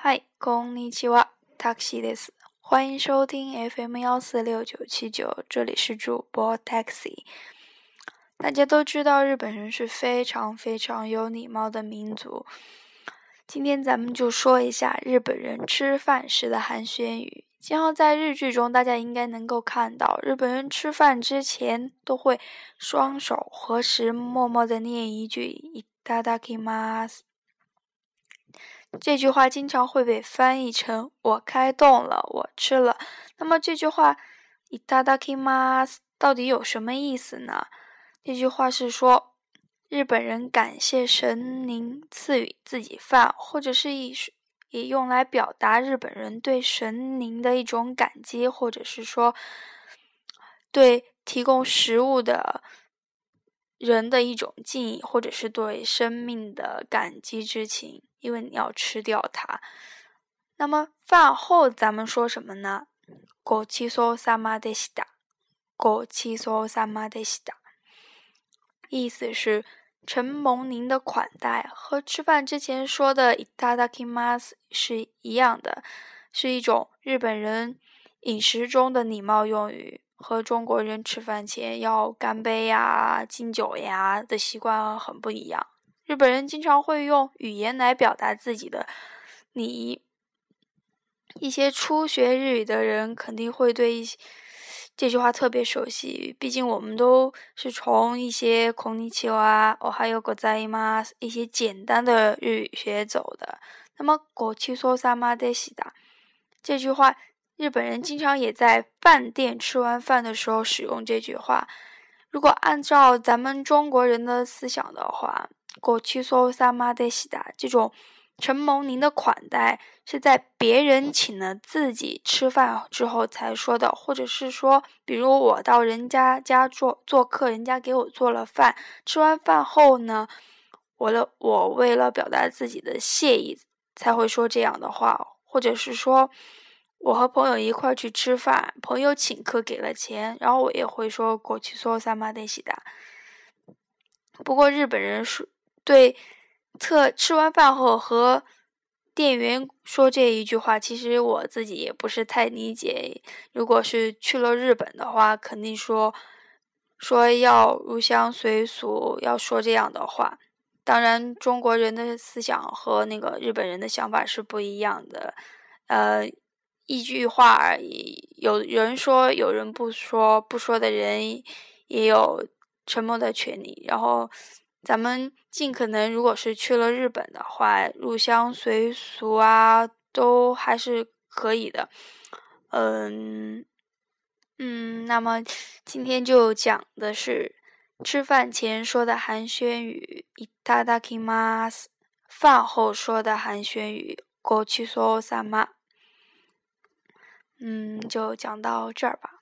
嗨，こんにちは、タクシーです。欢迎收听 FM1469979，这里是主播 Taxi。大家都知道日本人是非常非常有礼貌的民族。今天咱们就说一下日本人吃饭时的寒暄语。今后在日剧中大家应该能够看到，日本人吃饭之前都会双手合十，默默地念一句いただきます。这句话经常会被翻译成我开动了，我吃了。那么这句话いただきます到底有什么意思呢？这句话是说日本人感谢神灵赐予自己饭，或者是也用来表达日本人对神灵的一种感激，或者是说对提供食物的人的一种敬意，或者是对生命的感激之情，因为你要吃掉它。那么饭后咱们说什么呢？ごちそうさまでした。ごちそうさまでした。意思是承蒙您的款待，和吃饭之前说的いただきます是一样的，是一种日本人饮食中的礼貌用语，和中国人吃饭前要干杯呀、敬酒呀的习惯很不一样。日本人经常会用语言来表达自己的礼仪，一些初学日语的人肯定会对这句话特别熟悉，毕竟我们都是从一些こんにちは、おはようございます一些简单的日语学走的。那么ごちそうさまでした这句话，日本人经常也在饭店吃完饭的时候使用这句话。如果按照咱们中国人的思想的话，ごちそうさまでした这种承蒙您的款待是在别人请了自己吃饭之后才说的，或者是说比如我到人家家做客，人家给我做了饭，吃完饭后呢，我为了表达自己的谢意才会说这样的话，或者是说我和朋友一块去吃饭，朋友请客给了钱，然后我也会说ごちそうさまでした。不过日本人对吃完饭后和店员说这一句话，其实我自己也不是太理解。如果是去了日本的话，肯定说要入乡随俗，要说这样的话。当然中国人的思想和那个日本人的想法是不一样的。一句话而已，有人说有人不说，不说的人也有沉默的权利。然后咱们尽可能如果是去了日本的话，入乡随俗啊都还是可以的。那么今天就讲的是吃饭前说的寒暄语いただきます，饭后说的寒暄语ごちそうさま。就讲到这儿吧。